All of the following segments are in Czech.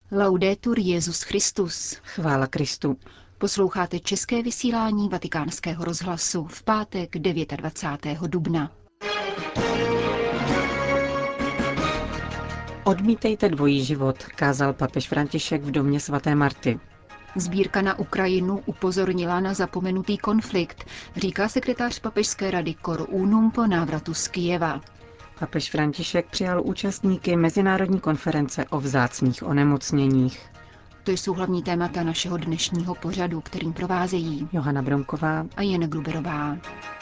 Laudetur Jesus Christus. Chvála Kristu. Posloucháte české vysílání Vatikánského rozhlasu v pátek 29. dubna. Odmítejte dvojí život, kázal papež František v domě svaté Marty. Sbírka na Ukrajinu upozornila na zapomenutý konflikt, říká sekretář papežské rady Cor Unum po návratu z Kyjeva. Papež František přijal účastníky mezinárodní konference o vzácných onemocněních. To jsou hlavní témata našeho dnešního pořadu, kterým provázejí Johana Bronková a Jana Gruberová.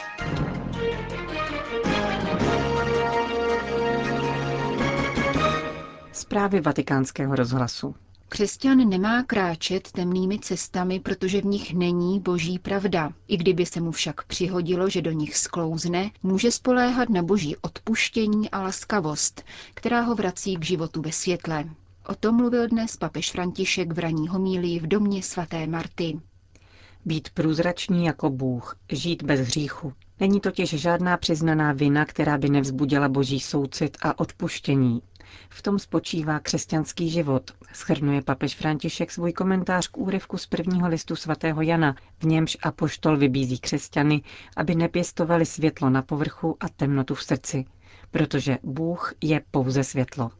Zprávy Vatikánského rozhlasu. Křesťan nemá kráčet temnými cestami, protože v nich není boží pravda. I kdyby se mu však přihodilo, že do nich sklouzne, může spoléhat na boží odpuštění a laskavost, která ho vrací k životu ve světle. O tom mluvil dnes papež František v ranní homílii v domě svaté Marty. Být průzračný jako Bůh, žít bez hříchu. Není totiž žádná přiznaná vina, která by nevzbudila boží soucit a odpuštění. V tom spočívá křesťanský život, shrnuje papež František svůj komentář k úryvku z prvního listu svatého Jana, v němž apoštol vybízí křesťany, aby nepěstovali světlo na povrchu a temnotu v srdci, protože Bůh je pouze světlo.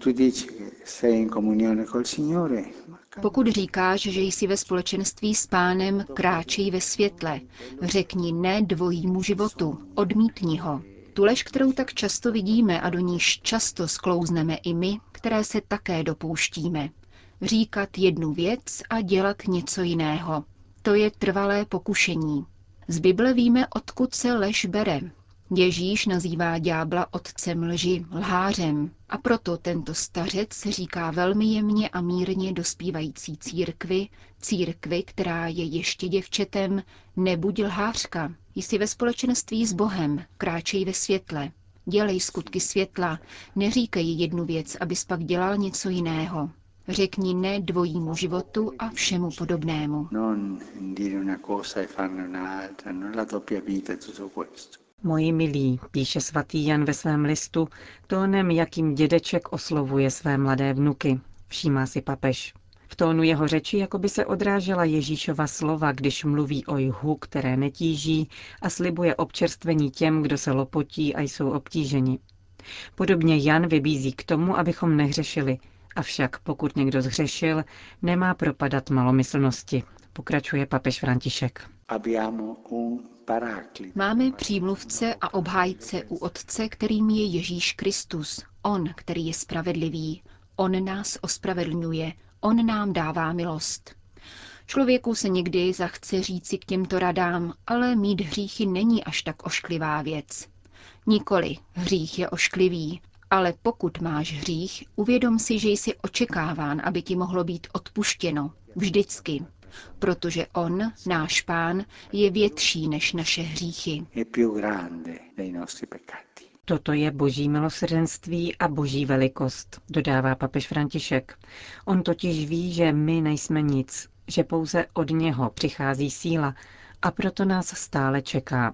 Pokud říkáš, že jsi ve společenství s Pánem, kráčej ve světle. Řekni ne dvojímu životu, odmítni ho. Tu lež, kterou tak často vidíme a do níž často sklouzneme i my, které se také dopouštíme. Říkat jednu věc a dělat něco jiného. To je trvalé pokušení. Z Bible víme, odkud se lež bere. Ježíš nazývá ďábla otcem lži, lhářem. A proto tento stařec říká velmi jemně a mírně dospívající církvi, která je ještě děvčetem, nebuď lhářka, jsi ve společenství s Bohem, kráčej ve světle. Dělej skutky světla, neříkej jednu věc, abys pak dělal něco jiného. Řekni ne dvojímu životu a všemu podobnému. Moji milí, píše svatý Jan ve svém listu, tónem, jakým dědeček oslovuje své mladé vnuky, všímá si papež. V tónu jeho řeči jako by se odrážela Ježíšova slova, když mluví o jhu, které netíží, a slibuje občerstvení těm, kdo se lopotí a jsou obtíženi. Podobně Jan vybízí k tomu, abychom nehřešili, avšak pokud někdo zhřešil, nemá propadat malomyslnosti, pokračuje papež František. Máme přímluvce a obhájce u Otce, kterým je Ježíš Kristus. On, který je spravedlivý. On nás ospravedlňuje. On nám dává milost. Člověku se někdy zachce říci k těmto radám, ale mít hříchy není až tak ošklivá věc. Nikoli, hřích je ošklivý, ale pokud máš hřích, uvědom si, že jsi očekáván, aby ti mohlo být odpuštěno. Vždycky. Protože on, náš Pán, je větší než naše hříchy. Toto je boží milosrdenství a boží velikost, dodává papež František. On totiž ví, že my nejsme nic, že pouze od něho přichází síla a proto nás stále čeká.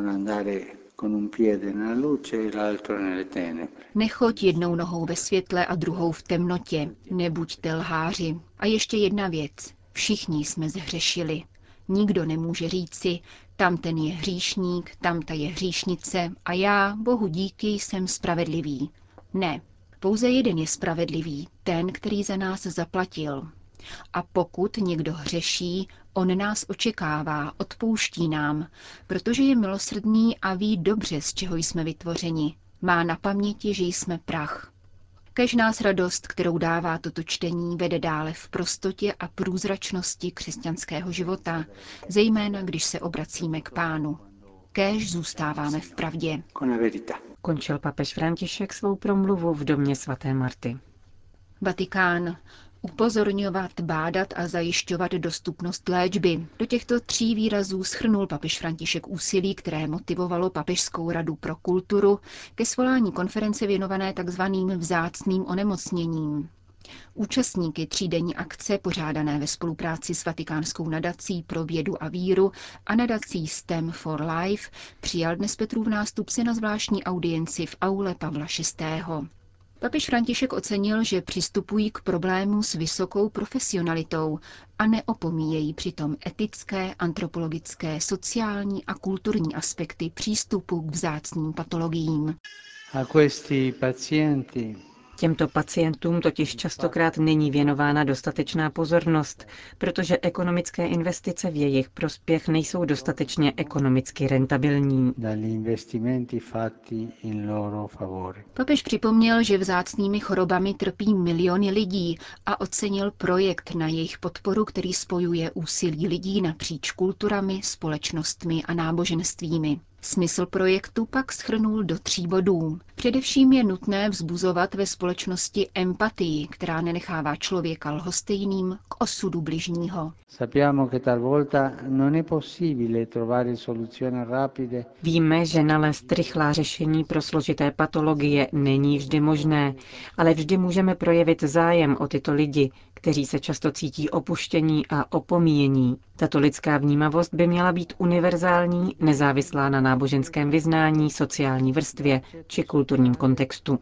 Nechoď jednou nohou ve světle a druhou v temnotě, nebuďte lháři. A ještě jedna věc. Všichni jsme zhřešili. Nikdo nemůže říci, tamten je hříšník, tamta je hříšnice a já, Bohu díky, jsem spravedlivý. Ne, pouze jeden je spravedlivý, ten, který za nás zaplatil. A pokud někdo hřeší, on nás očekává, odpouští nám, protože je milosrdný a ví dobře, z čeho jsme vytvořeni. Má na paměti, že jsme prach. Kéž nás radost, kterou dává toto čtení, vede dále v prostotě a průzračnosti křesťanského života, zejména když se obracíme k Pánu. Kéž zůstáváme v pravdě. Končil papež František svou promluvu v domě svaté Marty. Vatikán. Upozorňovat, bádat a zajišťovat dostupnost léčby. Do těchto 3 výrazů shrnul papež František úsilí, které motivovalo Papežskou radu pro kulturu ke svolání konference věnované tzv. Vzácným onemocněním. Účastníky 3denní akce, pořádané ve spolupráci s Vatikánskou nadací pro vědu a víru a nadací STEM for Life, přijal dnes Petrův nástupce na zvláštní audienci v aule Pavla VI. Papež František ocenil, že přistupují k problému s vysokou profesionalitou a neopomíjejí přitom etické, antropologické, sociální a kulturní aspekty přístupu k vzácným patologiím. Těmto pacientům totiž častokrát není věnována dostatečná pozornost, protože ekonomické investice v jejich prospěch nejsou dostatečně ekonomicky rentabilní. Papež připomněl, že vzácnými chorobami trpí miliony lidí a ocenil projekt na jejich podporu, který spojuje úsilí lidí napříč kulturami, společnostmi a náboženstvími. Smysl projektu pak shrnul do 3 bodů. Především je nutné vzbuzovat ve společnosti empatii, která nenechává člověka lhostejným k osudu bližního. Víme, že nalézt rychlá řešení pro složité patologie není vždy možné, ale vždy můžeme projevit zájem o tyto lidi, kteří se často cítí opuštění a opomíjení. Tato lidská vnímavost by měla být univerzální, nezávislá na náboženském vyznání, sociální vrstvě či kulturním kontextu.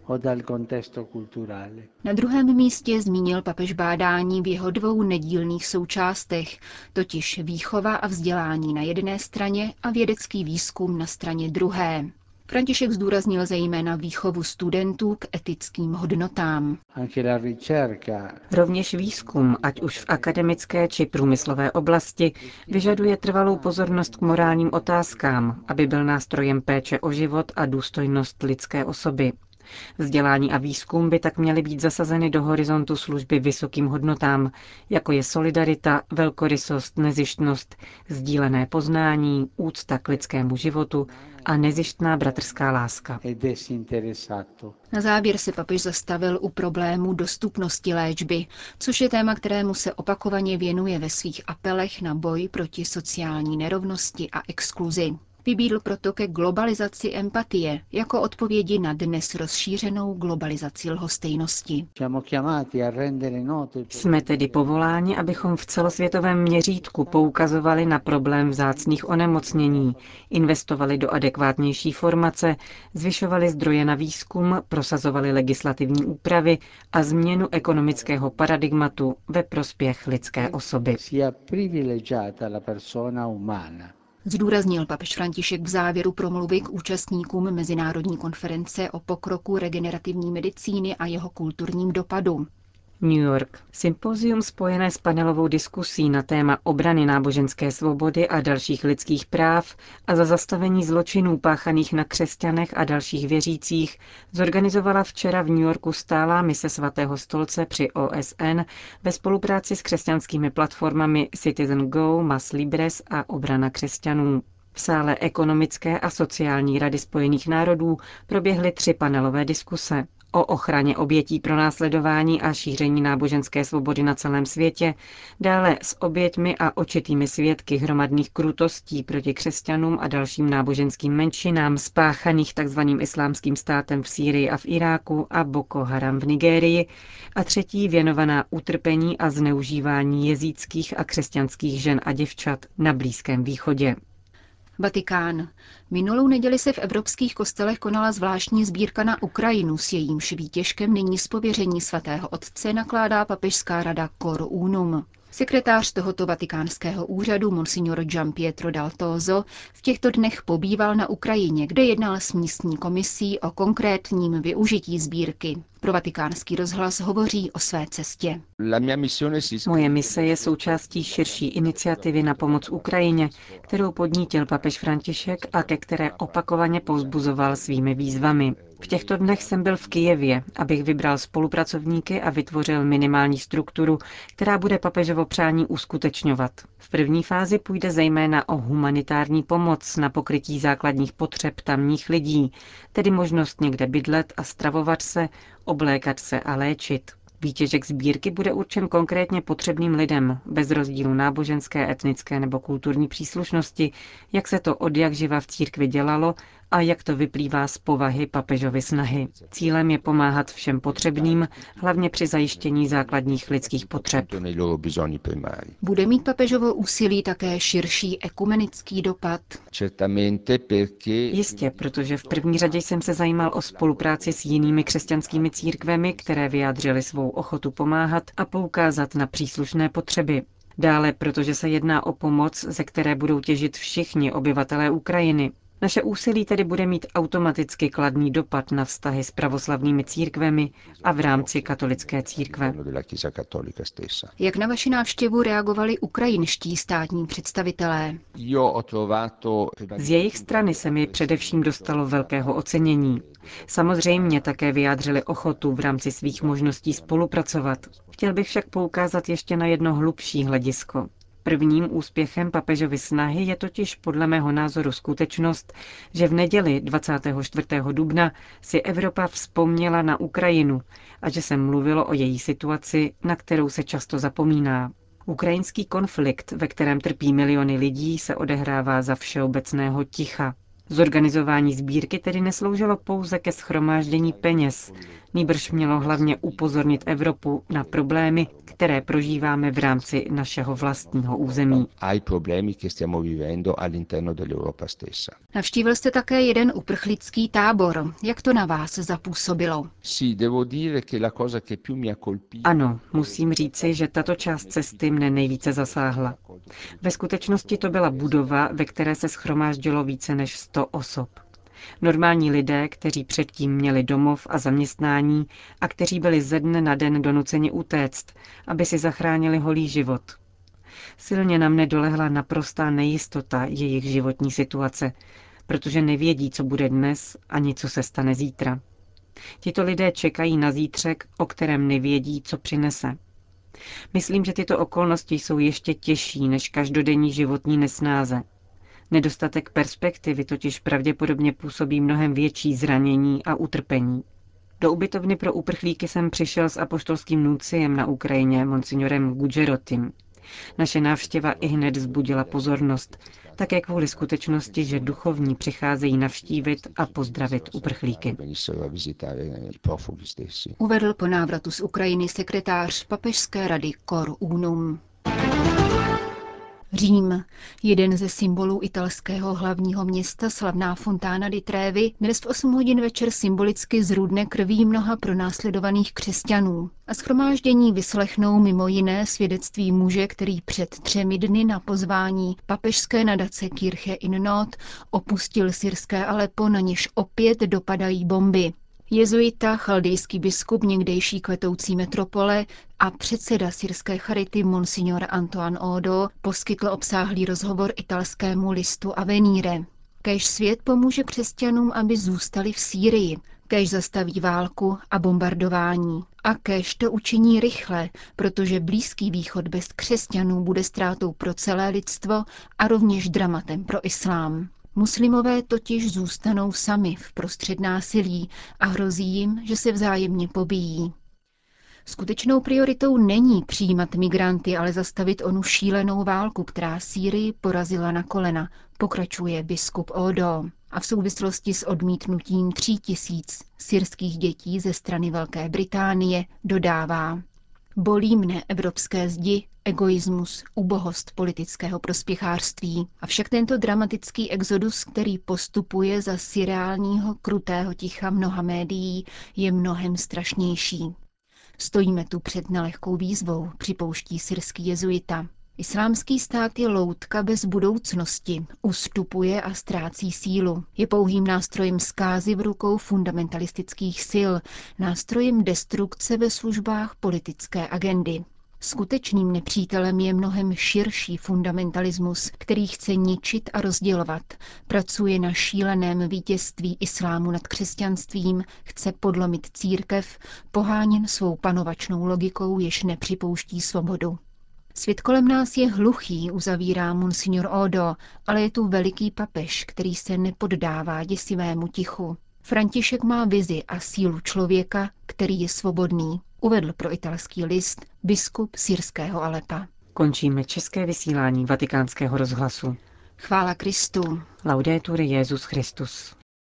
Na druhém místě zmínil papež bádání v jeho 2 nedílných součástech, totiž výchova a vzdělání na jedné straně a vědecký výzkum na straně druhé. František zdůraznil zejména výchovu studentů k etickým hodnotám. Rovněž výzkum, ať už v akademické či průmyslové oblasti, vyžaduje trvalou pozornost k morálním otázkám, aby byl nástrojem péče o život a důstojnost lidské osoby. Vzdělání a výzkum by tak měly být zasazeny do horizontu služby vysokým hodnotám, jako je solidarita, velkorysost, nezištnost, sdílené poznání, úcta k lidskému životu a nezištná bratrská láska. Na závěr se papež zastavil u problému dostupnosti léčby, což je téma, kterému se opakovaně věnuje ve svých apelech na boj proti sociální nerovnosti a exkluzi. Vybídl proto ke globalizaci empatie jako odpovědi na dnes rozšířenou globalizaci lhostejnosti. Jsme tedy povoláni, abychom v celosvětovém měřítku poukazovali na problém vzácných onemocnění, investovali do adekvátnější formace, zvyšovali zdroje na výzkum, prosazovali legislativní úpravy a změnu ekonomického paradigmatu ve prospěch lidské osoby. Zdůraznil papež František v závěru promluvy k účastníkům Mezinárodní konference o pokroku regenerativní medicíny a jeho kulturním dopadu. New York. Sympozium spojené s panelovou diskusí na téma obrany náboženské svobody a dalších lidských práv a za zastavení zločinů páchaných na křesťanech a dalších věřících zorganizovala včera v New Yorku stálá mise Svatého stolce při OSN ve spolupráci s křesťanskými platformami Citizen Go, Mas Libres a Obrana křesťanů. V sále Ekonomické a sociální rady Spojených národů proběhly 3 panelové diskuse o ochraně obětí pronásledování a šíření náboženské svobody na celém světě, dále s oběťmi a očitými svědky hromadných krutostí proti křesťanům a dalším náboženským menšinám spáchaných tzv. Islámským státem v Sýrii a v Iráku a Boko Haram v Nigérii a 3. věnovaná utrpení a zneužívání jezídských a křesťanských žen a děvčat na Blízkém východě. Vatikán. Minulou neděli se v evropských kostelech konala zvláštní sbírka na Ukrajinu, s jejímž výtěžkem nyní z pověření svatého otce nakládá papežská rada Cor Unum. Sekretář tohoto vatikánského úřadu monsignor Gian Pietro Dal Toso v těchto dnech pobýval na Ukrajině, kde jednal s místní komisí o konkrétním využití sbírky. Pro Vatikánský rozhlas hovoří o své cestě. Moje mise je součástí širší iniciativy na pomoc Ukrajině, kterou podnítil papež František a ke které opakovaně povzbuzoval svými výzvami. V těchto dnech jsem byl v Kyjevě, abych vybral spolupracovníky a vytvořil minimální strukturu, která bude papežovo přání uskutečňovat. V první fázi půjde zejména o humanitární pomoc na pokrytí základních potřeb tamních lidí, tedy možnost někde bydlet a stravovat se, oblékat se a léčit. Výtěžek sbírky bude určen konkrétně potřebným lidem, bez rozdílu náboženské, etnické nebo kulturní příslušnosti, jak se to odjakživa v církvi dělalo a jak to vyplývá z povahy papežovy snahy. Cílem je pomáhat všem potřebným, hlavně při zajištění základních lidských potřeb. Bude mít papežovo úsilí také širší ekumenický dopad? Jistě, protože v první řadě jsem se zajímal o spolupráci s jinými křesťanskými církvemi, které vyjádřily svou ochotu pomáhat a poukázat na příslušné potřeby. Dále, protože se jedná o pomoc, ze které budou těžit všichni obyvatelé Ukrajiny. Naše úsilí tedy bude mít automaticky kladný dopad na vztahy s pravoslavnými církvemi a v rámci katolické církve. Jak na vaši návštěvu reagovali ukrajinští státní představitelé? Z jejich strany se mi především dostalo velkého ocenění. Samozřejmě také vyjádřili ochotu v rámci svých možností spolupracovat. Chtěl bych však poukázat ještě na jedno hlubší hledisko. Prvním úspěchem papežovy snahy je totiž podle mého názoru skutečnost, že v neděli 24. dubna si Evropa vzpomněla na Ukrajinu a že se mluvilo o její situaci, na kterou se často zapomíná. Ukrajinský konflikt, ve kterém trpí miliony lidí, se odehrává za všeobecného ticha. Zorganizování sbírky tedy nesloužilo pouze ke shromáždění peněz, nýbrž mělo hlavně upozornit Evropu na problémy, které prožíváme v rámci našeho vlastního území. Navštívil jste také jeden uprchlický tábor. Jak to na vás zapůsobilo? Ano, musím říci, že tato část cesty mne nejvíce zasáhla. Ve skutečnosti to byla budova, ve které se shromáždilo více než 100 osob. Normální lidé, kteří předtím měli domov a zaměstnání a kteří byli ze dne na den donuceni utéct, aby si zachránili holý život. Silně na mne dolehla naprostá nejistota jejich životní situace, protože nevědí, co bude dnes ani co se stane zítra. Tito lidé čekají na zítřek, o kterém nevědí, co přinese. Myslím, že tyto okolnosti jsou ještě těžší než každodenní životní nesnáze. Nedostatek perspektivy totiž pravděpodobně působí mnohem větší zranění a utrpení. Do ubytovny pro uprchlíky jsem přišel s apoštolským nunciem na Ukrajině, monsignorem Gudžerotim. Naše návštěva ihned vzbudila pozornost, také kvůli skutečnosti, že duchovní přicházejí navštívit a pozdravit uprchlíky. Uvedl po návratu z Ukrajiny sekretář papežské rady Cor Unum. Řím, jeden ze symbolů italského hlavního města, slavná Fontana di Trevi, dnes v 8 hodin večer symbolicky zrudne krví mnoha pronásledovaných křesťanů. A shromáždění vyslechnou mimo jiné svědectví muže, který před 3 dny na pozvání papežské nadace Kirche in Not opustil syrské Aleppo, na něž opět dopadají bomby. Jezuita, chaldejský biskup někdejší kvetoucí metropole a předseda syrské charity Monsignor Antoine Odo poskytl obsáhlý rozhovor italskému listu Avvenire. Kéž svět pomůže křesťanům, aby zůstali v Sýrii, kéž zastaví válku a bombardování. A kéž to učiní rychle, protože Blízký východ bez křesťanů bude ztrátou pro celé lidstvo a rovněž dramatem pro islám. Muslimové totiž zůstanou sami v prostřed násilí a hrozí jim, že se vzájemně pobijí. Skutečnou prioritou není přijímat migranty, ale zastavit onu šílenou válku, která Sýrii porazila na kolena, pokračuje biskup Odo. A v souvislosti s odmítnutím 3000 syrských dětí ze strany Velké Británie dodává: Bolí mne evropské zdi, egoismus, ubohost politického prospěchářství. Avšak tento dramatický exodus, který postupuje za surreálního, krutého ticha mnoha médií, je mnohem strašnější. Stojíme tu před nelehkou výzvou, připouští syrský jezuita. Islámský stát je loutka bez budoucnosti, ustupuje a ztrácí sílu. Je pouhým nástrojem zkázy v rukou fundamentalistických sil, nástrojem destrukce ve službách politické agendy. Skutečným nepřítelem je mnohem širší fundamentalismus, který chce ničit a rozdělovat, pracuje na šíleném vítězství islámu nad křesťanstvím, chce podlomit církev, poháněn svou panovačnou logikou, jež nepřipouští svobodu. Svět kolem nás je hluchý, uzavírá Monsignor Odo, ale je tu veliký papež, který se nepoddává děsivému tichu. František má vizi a sílu člověka, který je svobodný, uvedl pro italský list biskup syrského Alepa. Končíme české vysílání Vatikánského rozhlasu. Chvála Kristu. Laudetur Jesus Christus.